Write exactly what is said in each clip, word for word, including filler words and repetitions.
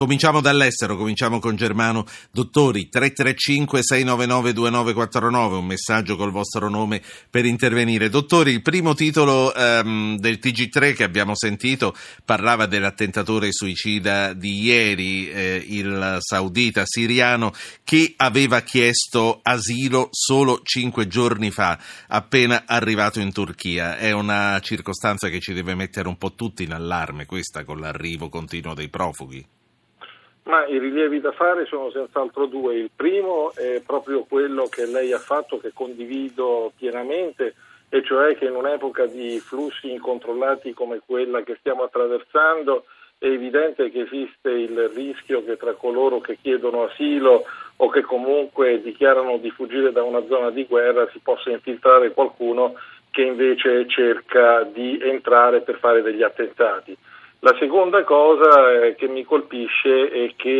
Cominciamo dall'estero, cominciamo con Germano Dottori, tre tre cinque sei nove nove due nove quattro nove, un messaggio col vostro nome per intervenire. Dottori, il primo titolo um, del T G tre che abbiamo sentito parlava dell'attentatore suicida di ieri, eh, il saudita siriano che aveva chiesto asilo solo cinque giorni fa, appena arrivato in Turchia. È una circostanza che ci deve mettere un po' tutti in allarme, questa, con l'arrivo continuo dei profughi. Ma i rilievi da fare sono senz'altro due. Il primo è proprio quello che lei ha fatto, che condivido pienamente, e cioè che in un'epoca di flussi incontrollati come quella che stiamo attraversando è evidente che esiste il rischio che tra coloro che chiedono asilo o che comunque dichiarano di fuggire da una zona di guerra si possa infiltrare qualcuno che invece cerca di entrare per fare degli attentati. La seconda cosa eh, che mi colpisce è che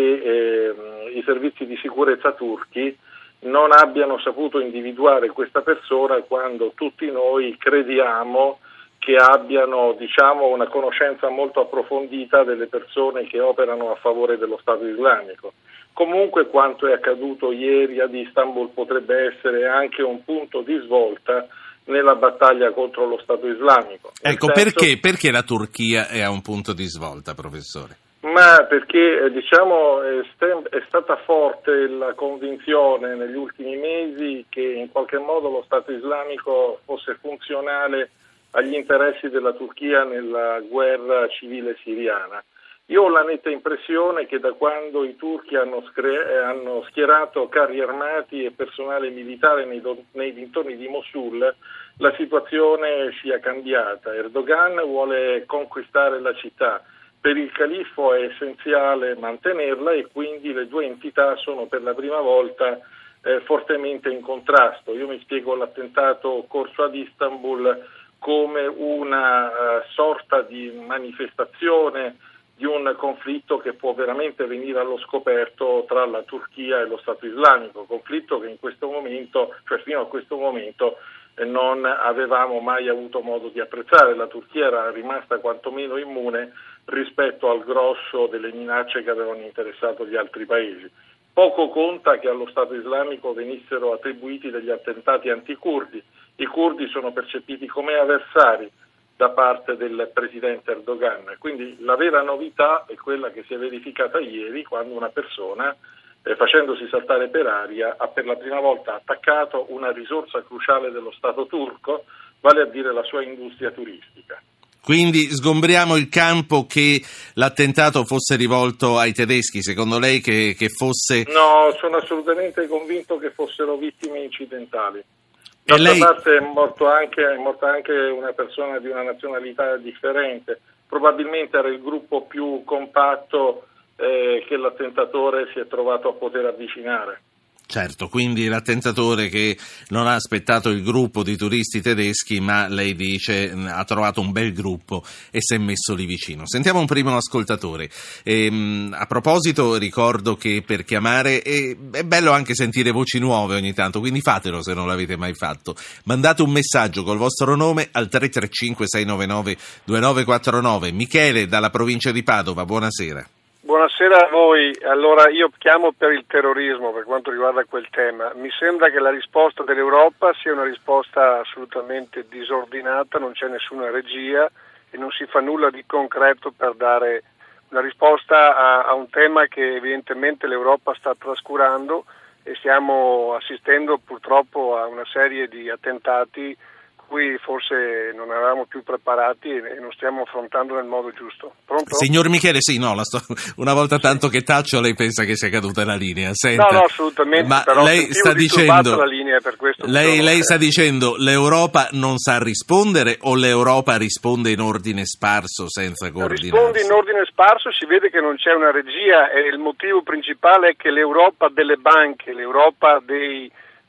eh, i servizi di sicurezza turchi non abbiano saputo individuare questa persona quando tutti noi crediamo che abbiano, diciamo, una conoscenza molto approfondita delle persone che operano a favore dello Stato islamico. Comunque quanto è accaduto ieri ad Istanbul potrebbe essere anche un punto di svolta nella battaglia contro lo Stato islamico. Ecco, senso, perché, perché la Turchia è a un punto di svolta, professore? Ma perché eh, diciamo è, stem- è stata forte la convinzione negli ultimi mesi che in qualche modo lo Stato islamico fosse funzionale agli interessi della Turchia nella guerra civile siriana. Io ho la netta impressione che da quando i turchi hanno, scre- hanno schierato carri armati e personale militare nei, do- nei dintorni di Mosul, la situazione sia cambiata. Erdogan vuole conquistare la città, per il califfo è essenziale mantenerla e quindi le due entità sono per la prima volta eh, fortemente in contrasto. Io mi spiego l'attentato occorso ad Istanbul come una uh, sorta di manifestazione di un conflitto che può veramente venire allo scoperto tra la Turchia e lo Stato islamico, conflitto che in questo momento, cioè fino a questo momento, eh, non avevamo mai avuto modo di apprezzare. La Turchia era rimasta quantomeno immune rispetto al grosso delle minacce che avevano interessato gli altri paesi. Poco conta che allo Stato islamico venissero attribuiti degli attentati anticurdi. I curdi sono percepiti come avversari da parte del presidente Erdogan. Quindi la vera novità è quella che si è verificata ieri, quando una persona, eh, facendosi saltare per aria, ha per la prima volta attaccato una risorsa cruciale dello Stato turco, vale a dire la sua industria turistica. Quindi sgombriamo il campo che l'attentato fosse rivolto ai tedeschi, secondo lei che, che fosse... No, sono assolutamente convinto che fossero vittime incidentali. D'altra lei... parte è, morto anche, è morta anche una persona di una nazionalità differente, probabilmente era il gruppo più compatto eh, che l'attentatore si è trovato a poter avvicinare. Certo, quindi l'attentatore che non ha aspettato il gruppo di turisti tedeschi, ma lei dice ha trovato un bel gruppo e si è messo lì vicino. Sentiamo un primo ascoltatore. Ehm, a proposito, ricordo che per chiamare è, è bello anche sentire voci nuove ogni tanto, quindi fatelo se non l'avete mai fatto. Mandate un messaggio col vostro nome al tre tre cinque sei nove nove due nove quattro nove. Michele dalla provincia di Padova, buonasera. Buonasera a voi. Allora, io chiamo per il terrorismo per quanto riguarda quel tema. Mi sembra che la risposta dell'Europa sia una risposta assolutamente disordinata, non c'è nessuna regia e non si fa nulla di concreto per dare una risposta a, a un tema che evidentemente l'Europa sta trascurando e stiamo assistendo purtroppo a una serie di attentati cui forse non eravamo più preparati e non stiamo affrontando nel modo giusto. Pronto? Signor Michele, sì, no, la sto... una volta tanto che taccio lei pensa che sia caduta la linea. Senta, no, no, assolutamente, ma però lei sta dicendo la linea per questo. Lei, sono... lei sta dicendo l'Europa non sa rispondere o l'Europa risponde in ordine sparso senza coordinarsi? Risponde in ordine sparso, si vede che non c'è una regia e il motivo principale è che l'Europa delle banche, l'Europa dei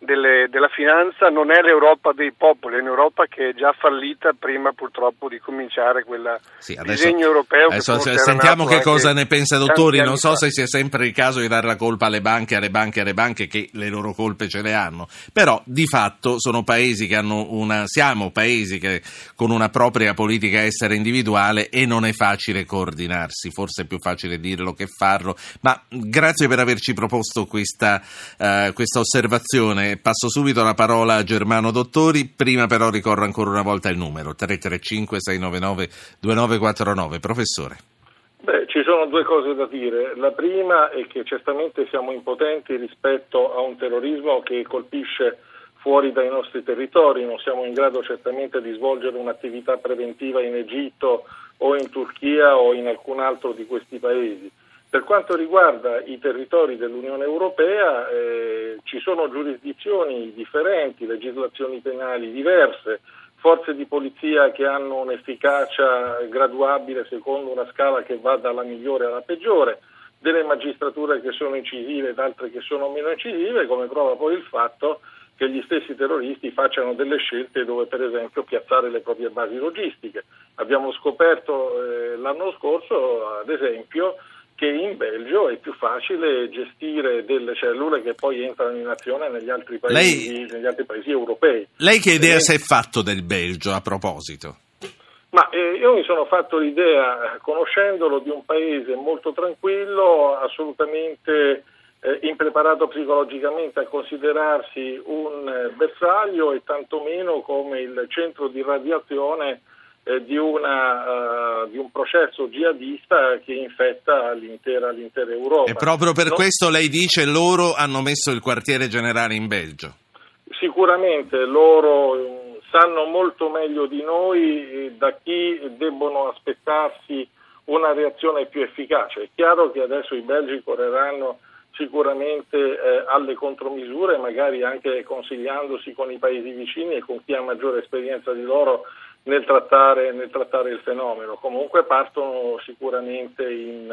delle, della finanza, non è l'Europa dei popoli, è un'Europa che è già fallita prima purtroppo di cominciare quel sì, disegno europeo. Adesso che sentiamo che cosa ne pensa Dottori, non so fa. se sia sempre il caso di dare la colpa alle banche, alle banche, alle banche che le loro colpe ce le hanno, però di fatto sono paesi che hanno una, siamo paesi che con una propria politica estera individuale e non è facile coordinarsi, forse è più facile dirlo che farlo, ma grazie per averci proposto questa, uh, questa osservazione. Passo subito la parola a Germano Dottori, prima però ricorro ancora una volta il numero tre tre cinque sei nove nove due nove quattro nove. Professore. Beh, ci sono due cose da dire. La prima è che certamente siamo impotenti rispetto a un terrorismo che colpisce fuori dai nostri territori, non siamo in grado certamente di svolgere un'attività preventiva in Egitto o in Turchia o in alcun altro di questi paesi. Per quanto riguarda i territori dell'Unione Europea, eh, ci sono giurisdizioni differenti, legislazioni penali diverse, forze di polizia che hanno un'efficacia graduabile secondo una scala che va dalla migliore alla peggiore, delle magistrature che sono incisive ed altre che sono meno incisive, come prova poi il fatto che gli stessi terroristi facciano delle scelte dove per esempio piazzare le proprie basi logistiche. Abbiamo scoperto eh, l'anno scorso, ad esempio, che in Belgio è più facile gestire delle cellule che poi entrano in azione negli altri paesi, lei, negli altri paesi europei. Lei che idea si è fatto del Belgio a proposito? Ma eh, io mi sono fatto l'idea, conoscendolo, di un paese molto tranquillo, assolutamente eh, impreparato psicologicamente a considerarsi un eh, bersaglio e tantomeno come il centro di radiazione Eh, di, una, uh, di un processo jihadista che infetta l'intera, l'intera Europa. E proprio per no? questo lei dice loro hanno messo il quartiere generale in Belgio? Sicuramente loro um, sanno molto meglio di noi eh, da chi debbono aspettarsi una reazione più efficace. È chiaro che adesso i belgi correranno sicuramente eh, alle contromisure, magari anche consigliandosi con i paesi vicini e con chi ha maggiore esperienza di loro nel trattare, nel trattare il fenomeno. Comunque partono sicuramente in,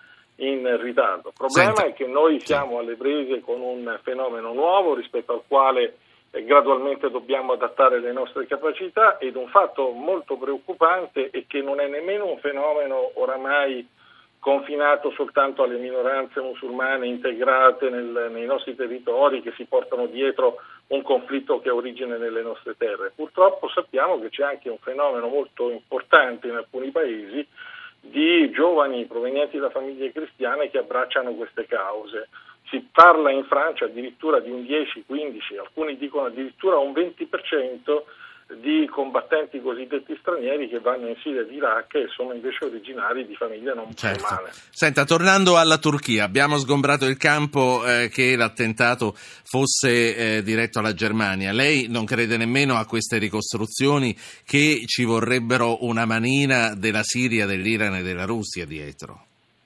in ritardo. Il problema Senta. è che noi siamo alle prese con un fenomeno nuovo rispetto al quale eh, gradualmente dobbiamo adattare le nostre capacità, ed un fatto molto preoccupante è che non è nemmeno un fenomeno oramai confinato soltanto alle minoranze musulmane integrate nel, nei nostri territori, che si portano dietro un conflitto che ha origine nelle nostre terre. Purtroppo sappiamo che c'è anche un fenomeno molto importante in alcuni paesi di giovani provenienti da famiglie cristiane che abbracciano queste cause. Si parla in Francia addirittura di un dieci quindici, alcuni dicono addirittura un venti per cento di combattenti cosiddetti stranieri che vanno in Siria ed Iraq e sono invece originari di famiglie non musulmane. Certo. Senta, tornando alla Turchia, abbiamo sgombrato il campo eh, che l'attentato fosse eh, diretto alla Germania. Lei non crede nemmeno a queste ricostruzioni che ci vorrebbero una manina della Siria, dell'Iran e della Russia dietro?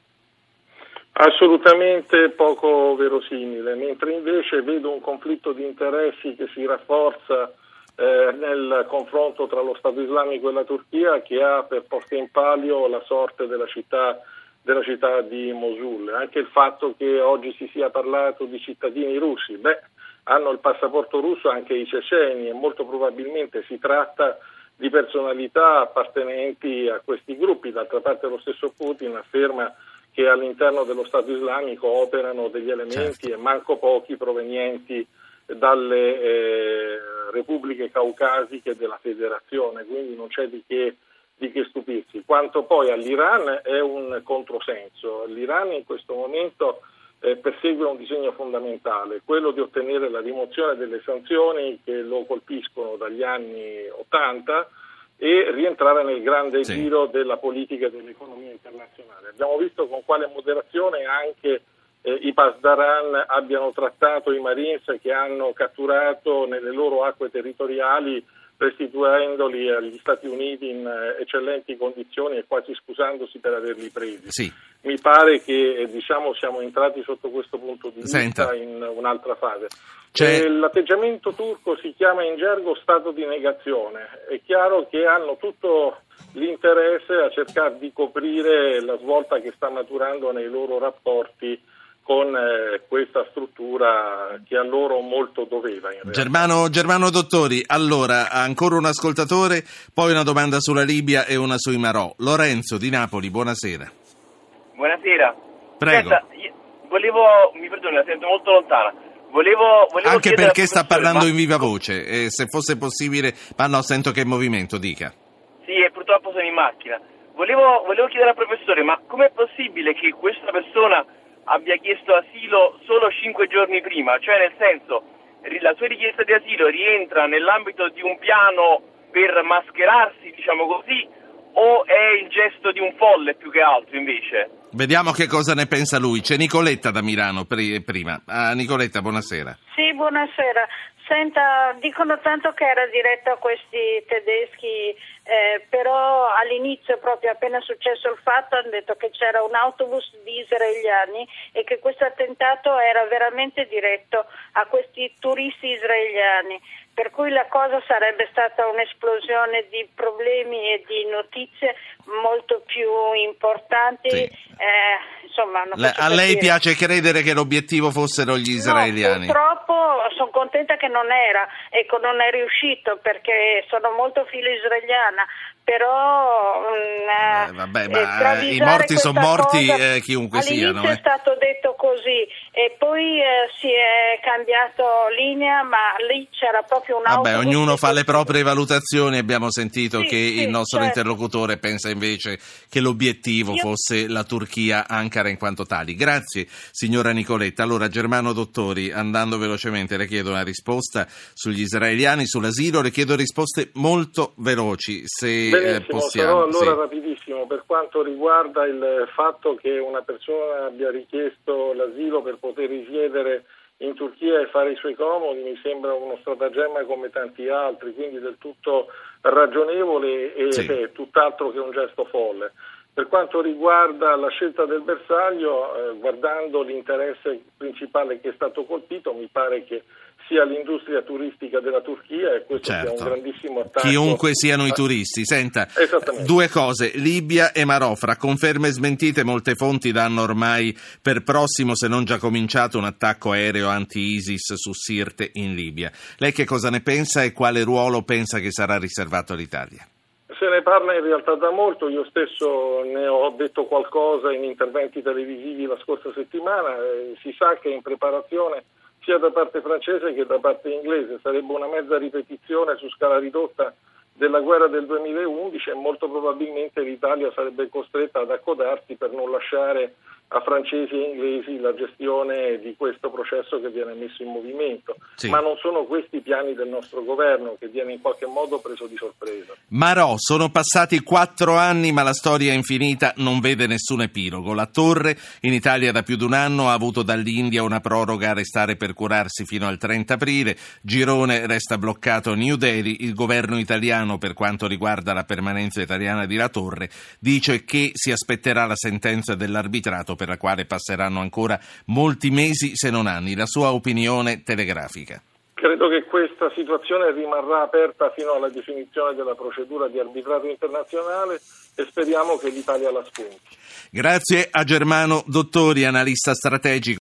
Assolutamente poco verosimile, mentre invece vedo un conflitto di interessi che si rafforza Eh, nel confronto tra lo Stato islamico e la Turchia, che ha per porta in palio la sorte della città, della città di Mosul. Anche il fatto che oggi si sia parlato di cittadini russi, beh, hanno il passaporto russo anche i ceceni e molto probabilmente si tratta di personalità appartenenti a questi gruppi. D'altra parte lo stesso Putin afferma che all'interno dello Stato islamico operano degli elementi, certo, e manco pochi provenienti dalle eh, repubbliche caucasiche della federazione, quindi non c'è di che, di che stupirsi. Quanto poi all'Iran è un controsenso. L'Iran in questo momento eh, persegue un disegno fondamentale, quello di ottenere la rimozione delle sanzioni che lo colpiscono dagli anni ottanta e rientrare nel grande sì. giro della politica e dell'economia internazionale. Abbiamo visto con quale moderazione anche Eh, i Pasdaran abbiano trattato i Marines che hanno catturato nelle loro acque territoriali, restituendoli agli Stati Uniti in eh, eccellenti condizioni e quasi scusandosi per averli presi. Sì. Mi pare che eh, diciamo siamo entrati sotto questo punto di vista Senta. in un'altra fase. C'è... Eh, l'atteggiamento turco si chiama in gergo stato di negazione. È chiaro che hanno tutto l'interesse a cercare di coprire la svolta che sta maturando nei loro rapporti con eh, questa struttura che a loro molto doveva. In Germano, Germano Dottori, allora ancora un ascoltatore, poi una domanda sulla Libia e una sui Marò. Lorenzo di Napoli, buonasera. Buonasera. Prego. Senta, io volevo, mi perdoni, la sento molto lontana. Volevo, volevo Anche perché sta parlando ma... in viva voce, e se fosse possibile, ma no, sento che è in movimento, dica. Sì, e purtroppo sono in macchina. Volevo, volevo chiedere al professore, ma com'è possibile che questa persona abbia chiesto asilo solo cinque giorni prima? Cioè, nel senso, la sua richiesta di asilo rientra nell'ambito di un piano per mascherarsi, diciamo così, o è il gesto di un folle più che altro invece? Vediamo che cosa ne pensa lui. C'è Nicoletta da Milano prima. Ah, Nicoletta, buonasera. Sì, buonasera. Senta, dicono tanto che era diretto a questi tedeschi, eh, però all'inizio, proprio appena successo il fatto, hanno detto che c'era un autobus di israeliani e che questo attentato era veramente diretto a questi turisti israeliani. Per cui la cosa sarebbe stata un'esplosione di problemi e di notizie molto più importanti. Sì. Eh, insomma, non Le, a lei dire. piace credere che l'obiettivo fossero gli israeliani? No, purtroppo sono contenta che non era, ecco, non è riuscito perché sono molto filo israeliana. Però eh, vabbè, ma eh, i morti sono morti cosa, eh, chiunque all'inizio siano. Eh. è stato detto così e poi eh, si è cambiato linea, ma lì c'era proprio un Vabbè, autobus. ognuno fa le proprie valutazioni. Abbiamo sentito sì, che sì, il nostro certo. interlocutore pensa invece che l'obiettivo Io... fosse la Turchia, Ankara in quanto tali. Grazie signora Nicoletta. Allora, Germano Dottori, andando velocemente, le chiedo una risposta sugli israeliani, sull'asilo, le chiedo risposte molto veloci, se Benissimo, possiamo. sarò allora sì. rapidissimo. Per quanto riguarda il fatto che una persona abbia richiesto l'asilo per poter risiedere in Turchia e fare i suoi comodi, mi sembra uno stratagemma come tanti altri, quindi del tutto ragionevole e sì. è tutt'altro che un gesto folle. Per quanto riguarda la scelta del bersaglio, eh, guardando l'interesse principale che è stato colpito, mi pare che sia l'industria turistica della Turchia e questo certo. sia un grandissimo attacco. Chiunque siano i turisti. Senta, due cose, Libia e Marò, fra conferme e smentite molte fonti danno ormai per prossimo, se non già cominciato, un attacco aereo anti-ISIS su Sirte in Libia. Lei che cosa ne pensa e quale ruolo pensa che sarà riservato all'Italia? Se ne parla in realtà da molto, io stesso ne ho detto qualcosa in interventi televisivi la scorsa settimana, eh, si sa che in preparazione sia da parte francese che da parte inglese sarebbe una mezza ripetizione su scala ridotta della guerra del duemilaundici e molto probabilmente l'Italia sarebbe costretta ad accodarsi per non lasciare a francesi e inglesi la gestione di questo processo che viene messo in movimento. Sì. Ma non sono questi i piani del nostro governo, che viene in qualche modo preso di sorpresa. Marò, sono passati quattro anni ma la storia infinita non vede nessun epilogo. La Torre in Italia da più di un anno ha avuto dall'India una proroga a restare per curarsi fino al trenta aprile. Girone resta bloccato a New Delhi. Il governo italiano, per quanto riguarda la permanenza italiana di La Torre, dice che si aspetterà la sentenza dell'arbitrato per la quale passeranno ancora molti mesi se non anni. La sua opinione telegrafica? Credo che questa situazione rimarrà aperta fino alla definizione della procedura di arbitrato internazionale e speriamo che l'Italia la spunti. Grazie a Germano Dottori, analista strategico.